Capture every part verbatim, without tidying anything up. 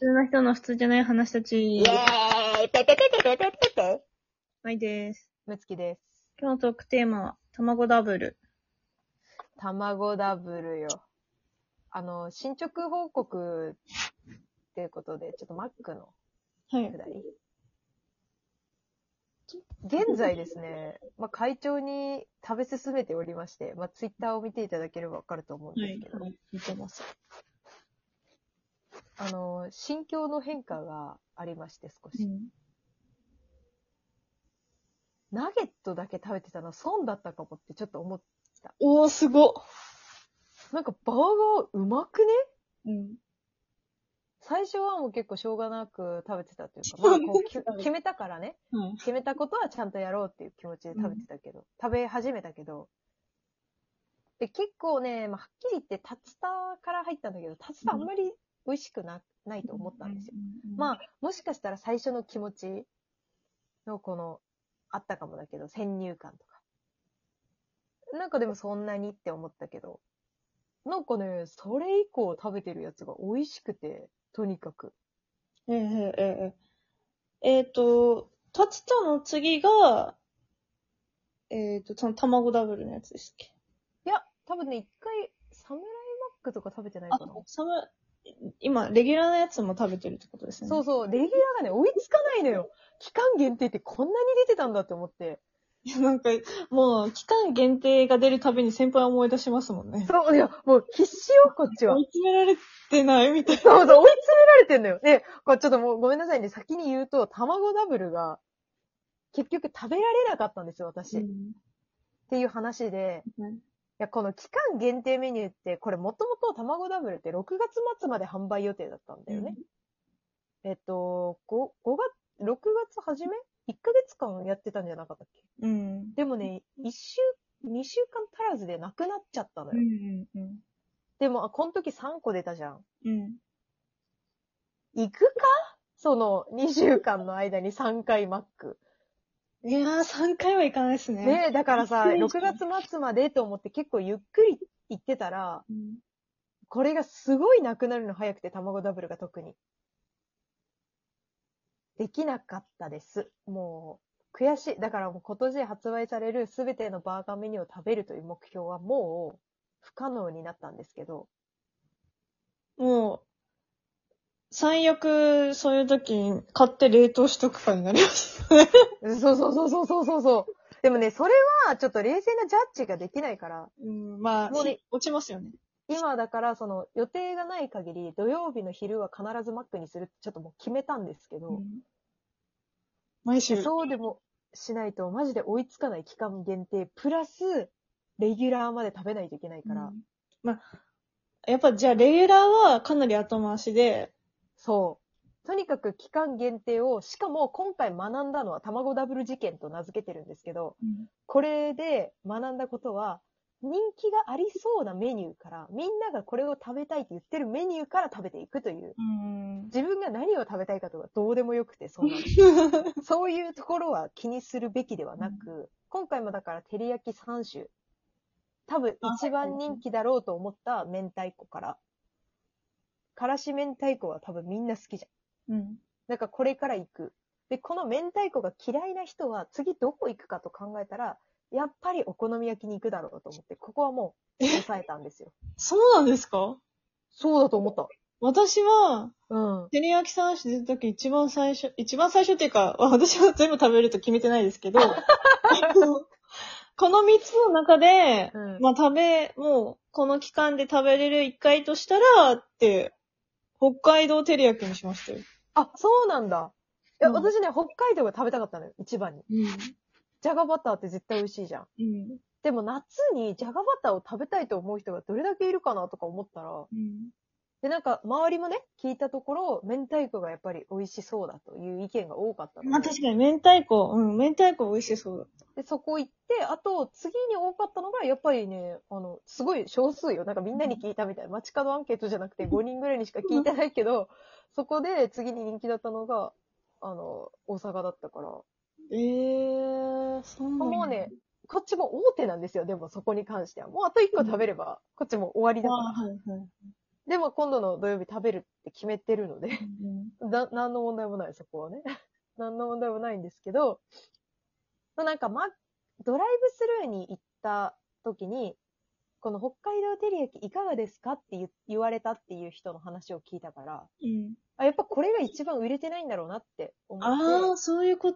通な人の普通じゃない話たち。 イェーイペペペペペペペペはいです。 むつきです。 今日のトークテーマは、卵ダブル。 卵ダブルよ。あの、進捗報告っていうことで、ちょっとマックのはいく。だり。現在ですね、まあ、会長に食べ進めておりまして、まあ、ツイッターを見ていただければわかると思うんはい。 ですけど、 はい。見てます。 あの、心境の変化がありまして少し。 うん。 ナゲットだけ食べてたのは損だったかもってちょっと思った。 おー、すごっ。 なんかバーガーうまくね？ うん。 最初はもう結構しょうがなく食べてたというか、まあこうき決めたからね、 はい。 決めたことはちゃんとやろうっていう気持ちで食べてたけど、うん、食べ始めたけど、で結構ね、まあ、はっきり言ってタツタから入ったんだけど、タツタあんまり美味しくな、ないと思ったんですよ。 うんうんうん、 まあ、もしかしたら最初の気持ちのこの、あったかもだけど、先入観とか。なんかでもそんなにって思ったけど、なんかね、それ以降食べてるやつが美味しくて、とにかく。 ええええええっと、タツタの次が、えっと、その卵ダブルのやつですっけ？ いや、多分ね、一回、サムライマックとか食べてないあ、 かな。 サム、今、レギュラーのやつも食べてるってことですね。 そうそう、レギュラーがね、追いつかないのよ。期間限定ってこんなに出てたんだって思って。 いや、なんか、もう、期間限定が出るたびに先輩を思い出しますもんね。 そう、いや、もう必死よ、こっちは。 追い詰められてないみたいな。 そうそう、追い詰められてんのよ。で、これちょっともうごめんなさいね、先に言うと、卵ダブルが、結局食べられなかったんですよ、私。 うん、 っていう話で、 うん、 いや、この期間限定メニューって、これもともと卵ダブルってろくがつ末まで販売予定だったんだよね。うん、えっと、ご、ごがつ、ろくがつ初め ?いっ ヶ月間やってたんじゃなかったっけ？ うん。 でもね、いっしゅう、にしゅうかん足らずでなくなっちゃったのよ。 うんうんうん。 でも、この時さんこ出たじゃん。 うん。 行くか？そのにしゅうかんの間にさんかいマック。 いやー、さんかいはいかないですね。 ねえ、だからさ、ろくがつ末までと思って結構ゆっくり行ってたら、うん、これがすごいなくなるの早くて、卵ダブルが特に。できなかったです。もう、悔しい。だからもう今年発売されるすべてのバーガーメニューを食べるという目標はもう不可能になったんですけど。 もう、最悪、そういう時に買って冷凍しとくかになりますね。 そうそうそうそうそうそう。でもね、それはちょっと冷静なジャッジができないから。 うん、まあ、もうね、落ちますよね。 今だからその予定がない限り土曜日の昼は必ずマックにするってちょっともう決めたんですけど、うん、 毎週そうでもしないとマジで追いつかない期間限定プラスレギュラーまで食べないといけないから、うん、 まあやっぱじゃあレギュラーはかなり後回しで、 そうとにかく期間限定を、しかも今回学んだのは卵ダブル事件と名付けてるんですけど、うん、これで学んだことは人気がありそうなメニューから、みんながこれを食べたいって言ってるメニューから食べていくという。うん、自分が何を食べたいかとかどうでもよくて、そんなの。そういうところは気にするべきではなく、うん、今回もだから照り焼きさん種。多分一番人気だろうと思った明太子から。からし明太子は多分みんな好きじゃん。うん。だからこれから行く。で、この明太子が嫌いな人は次どこ行くかと考えたら、やっぱりお好み焼きに行くだろうと思って、ここはもう抑えたんですよ。 そうなんですか？ そうだと思った。 私は、 うん。 照り焼きさん種出た時一番最初、一番最初っていうか、私は全部食べると決めてないですけど、このみっつの中で、うん、まあ食べ、もう、この期間で食べれるいっかいとしたら、って、北海道照り焼きにしましたよ。 あ、そうなんだ。いや、うん、私ね、北海道が食べたかったのよ、一番に。うん。じゃがバターって絶対美味しいじゃん。うん。でも夏にじゃがバターを食べたいと思う人がどれだけいるかなとか思ったら、うん。で、なんか、周りもね、聞いたところ、明太子がやっぱり美味しそうだという意見が多かったので。 まあ確かに明太子、うん、明太子美味しそうだった。 で、そこ行って、あと、次に多かったのが、やっぱりね、あの、すごい少数よ。なんかみんなに聞いたみたいな。街角アンケートじゃなくてごにんぐらいにしか聞いてないけど、そこで次に人気だったのが、あの、大阪だったから。 えー、そうなんだ。 もうね、こっちも大手なんですよ。でもそこに関しては。もうあといっこ食べれば、こっちも終わりだから。はいはい。 でも今度の土曜日食べるって決めてるので、 うんだ、何の問題もない、そこはね。何の問題もないんですけど、なんか、ま、ドライブスルーに行った時に、この北海道照り焼きいかがですかって言言われたっていう人の話を聞いたから、 うん。 あ、やっぱこれが一番売れてないんだろうなって思って、 ああ、そういうこと。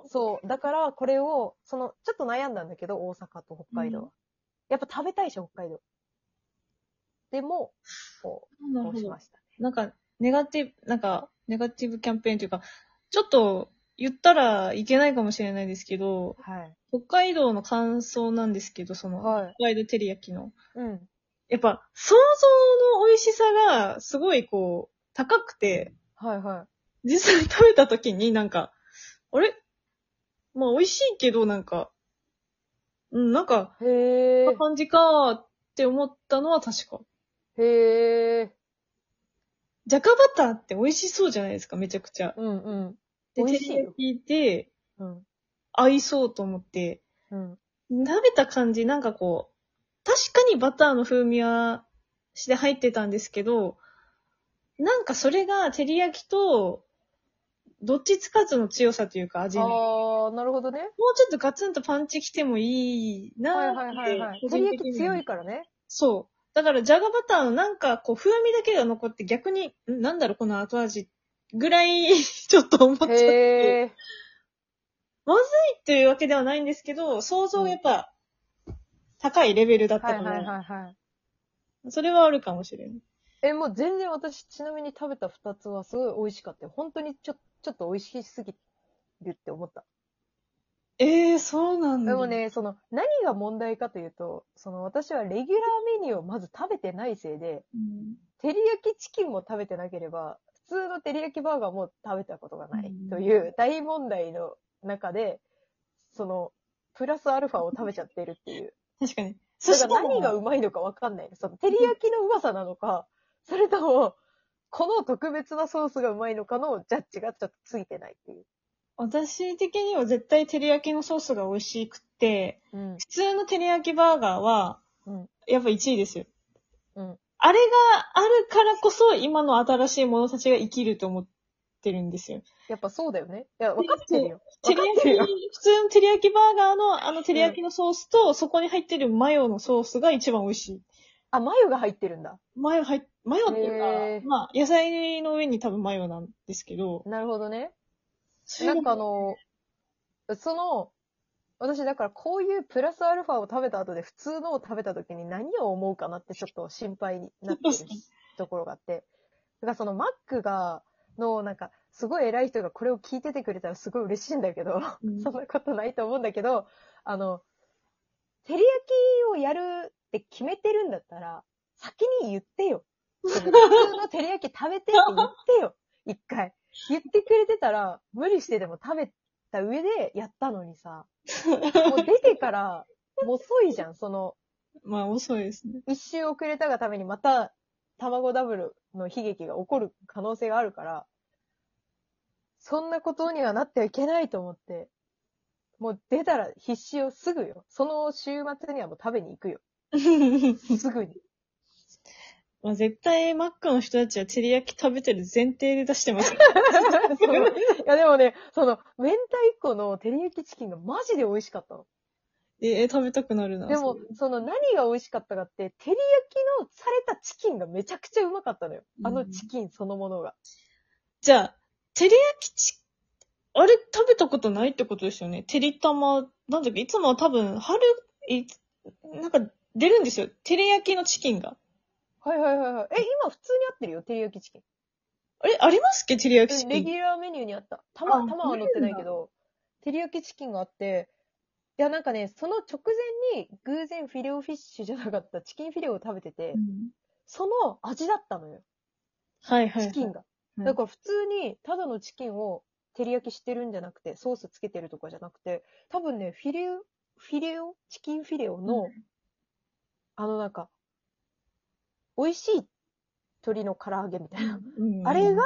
そう。だから、これを、その、ちょっと悩んだんだけど、大阪と北海道は。 うんやっぱ食べたいでしょ、北海道。でも、こう、 なるほどこうしましたね。 なんか、ネガティブ、なんか、ネガティブキャンペーンというか、ちょっと言ったらいけないかもしれないですけど、 はい。 北海道の感想なんですけど、その、 はい。 北海道照り焼きの。 うん。 やっぱ、想像の美味しさがすごいこう、高くて、 はいは実際食べた時になんか、あれまあ美味しいけどなんか、うん、なんか、 い。へこんなー。 感じかーって思ったのは確か。 へー。 ジャカバターって美味しそうじゃないですか、めちゃくちゃ。 うんうん。 で、照美味しいよ。 り焼きでうん。 合いそうと思って、 うん。 食べた感じ、なんかこう、確かにバターの風味はして入ってたんですけど、なんかそれが照り焼きと、どっちつかずの強さというか味に。もうあー、なるほどね。 ちょっとガツンとパンチきてもいいなーっはいはいはいはいて、。個照り人的には。 焼き強いからね。 そう。だから、ジャガバターのなんか、こう、風味だけが残って逆に、んなんだろう、この後味。ぐらい、ちょっと思っちゃって。 へー。 まずいっていうわけではないんですけど、想像がやっぱ、高いレベルだったはいはいから、 はいはい。 それはあるかもしれない。 え、もう全然私、ちなみに食べた二つはすごい美味しかったよ。本当にちょ、ちょっと美味しすぎるって思った。 ええー、そうなんだ。 でもね、その、何が問題かというと、その、私はレギュラーメニューをまず食べてないせいで、 うん照り焼きチキンも食べてなければ、普通の照り焼きバーガーも食べたことがないうんという大問題の中で、その、プラスアルファを食べちゃってるっていう。 確かに。そだしたから何がうまいのかわかんない。その、照り焼きのうまさなのか、それとも、この特別なソースがうまいのかのジャッジがちょっとついてないっていう。 私的には絶対照り焼きのソースが美味しくて、 うん。 普通の照り焼きバーガーは、 うん。 やっぱいちいですよ。 うん。 あれがあるからこそ、今の新しい者たちが生きると思ってるんですよ。 やっぱそうだよね。いや、分かってるよ。 照り焼き、 分かってるよ。 普通の照り焼きバーガーのあの照り焼きのソースと、そこに入ってるマヨのソースが一番美味しい。 あ、マヨが入ってるんだ。 マヨ入っ、マヨっていうかへー、 まあ、野菜の上に多分マヨなんですけど、 なるほどね。 それがなんかあの、その、私だからこういうプラスアルファを食べた後で普通のを食べた時に何を思うかなってちょっと心配になってるところがあって。だからそのマックが、のなんかすごい偉い人がこれを聞いててくれたらすごい嬉しいんだけど、 うん、 そんなことないと思うんだけど、あの、照り焼きをやるって決めてるんだったら、先に言ってよ。普通の照り焼き食べてって言ってよ。一回。言ってくれてたら、無理してでも食べた上でやったのにさ、もう出てから、もう遅いじゃん。その、 まあ、遅いですね。 一周遅れたがためにまた、卵ダブルの悲劇が起こる可能性があるから、そんなことにはなってはいけないと思って、もう出たら必死をすぐよ。その週末にはもう食べに行くよ。すぐに。 まあ、絶対マックの人たちは照り焼き食べてる前提で出してます。 そういやでもね、その、明太子の照り焼きチキンがマジで美味しかったの。 えー、食べたくなるな。 でも、その何が美味しかったかって、照り焼きのされたチキンがめちゃくちゃうまかったのよ。あのチキンそのものが。 じゃあ、照り焼きチ、あれ食べたことないってことですよね。照り玉、なんだっけ、いつもは多分、春、いなんか出るんですよ。照り焼きのチキンが。 はいはいはいはい。え、今普通にあってるよ、照り焼きチキン。 あれありますっけ照り焼きチキン。 レギュラーメニューにあった。玉、 あ玉は乗ってないけど、照り焼きチキンがあって、いやなんかね、その直前に偶然フィレオフィッシュじゃなかったチキンフィレオを食べてて、 うん、 その味だったのよ。 はいはい、はい。 チキンが。 はいだから普通にただのチキンを照り焼きしてるんじゃなくて、ソースつけてるとかじゃなくて、多分ね、フィレオ、フィレオチキンフィレオの、 うん、 あのなんか、美味しい鶏の唐揚げみたいな。 うん、 あれが、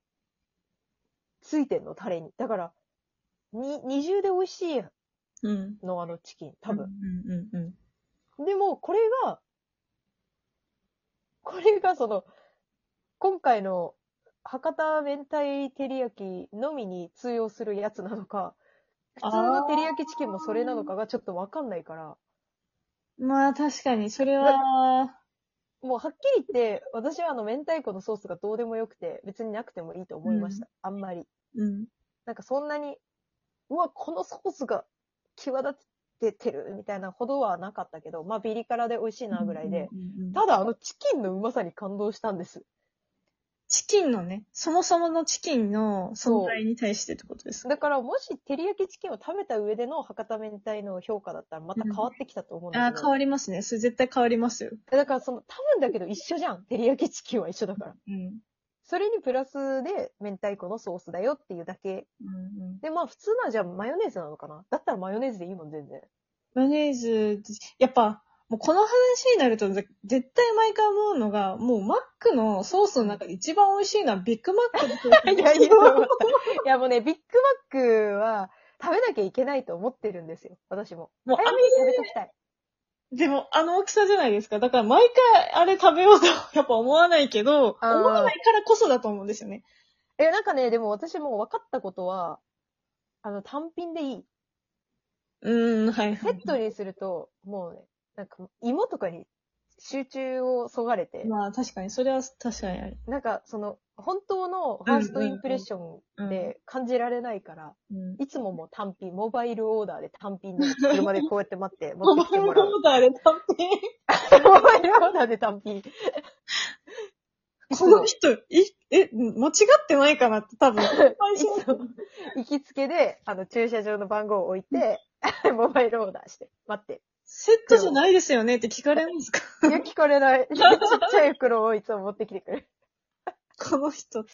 ついてんの、タレに。だから、に、二重で美味しいうん、 の、あのチキン。多分。 うんうんうんでも、これが、これがその、 今回の博多明太照り焼きのみに通用するやつなのか、普通の照り焼きチキンもそれなのかがちょっとわかんないから。 まあ確かに、それは、 もうはっきり言って、私はあの明太子のソースがどうでもよくて、別になくてもいいと思いました。 うん、 あんまり。 うん。 なんかそんなに、うわ、このソースが際立っててるみたいなほどはなかったけど、まあビリ辛で美味しいなぐらいで、 うんうんうん、 ただあのチキンのうまさに感動したんです。 チキンのね、そもそものチキンの存在に対してってことですか？ だからもし照り焼きチキンを食べた上での博多明太の評価だったらまた変わってきたと思うんだけど。 ああ、変わりますね。それ絶対変わりますよ。 だからその、多分だけど一緒じゃん。照り焼きチキンは一緒だから。 うん。 それにプラスで明太子のソースだよっていうだけ。 うんうん、 で、まあ普通のはじゃあマヨネーズなのかな。だったらマヨネーズでいいもん、全然。 マヨネーズ、やっぱ、もうこの話になると、絶対毎回思うのが、もうマックのソースの中で一番美味しいのはビッグマックのソース。 いやいや、そう思った。いやもうね、ビッグマックは食べなきゃいけないと思ってるんですよ。私も。 もう早めに食べときたい。 でも、あの大きさじゃないですか。だから毎回あれ食べようとやっぱ思わないけど、思わないからこそだと思うんですよね。 え、なんかね、でも私も分かったことは、あの、単品でいい。 うーん、はい、はい。 セットにすると、もうね、なんか芋とかに集中をそがれて、 まあ確かに、それは確かにある。 なんかその、本当のファーストインプレッションで感じられないから、 うん、 いつももう単品、モバイルオーダーで単品で車でこうやって待って、持モバイルオってきてもらう。 ーダーで単品。 モバイルオーダーで単品。 この人、い、え、間違ってないかなって多分。 いつも行きつけで、あの、駐車場の番号を置いて、モバイルオーダーして、待って。 セットじゃないですよねって聞かれますか？ いや、聞かれない。ちっちゃい袋をいつも持ってきてくれる。 この人。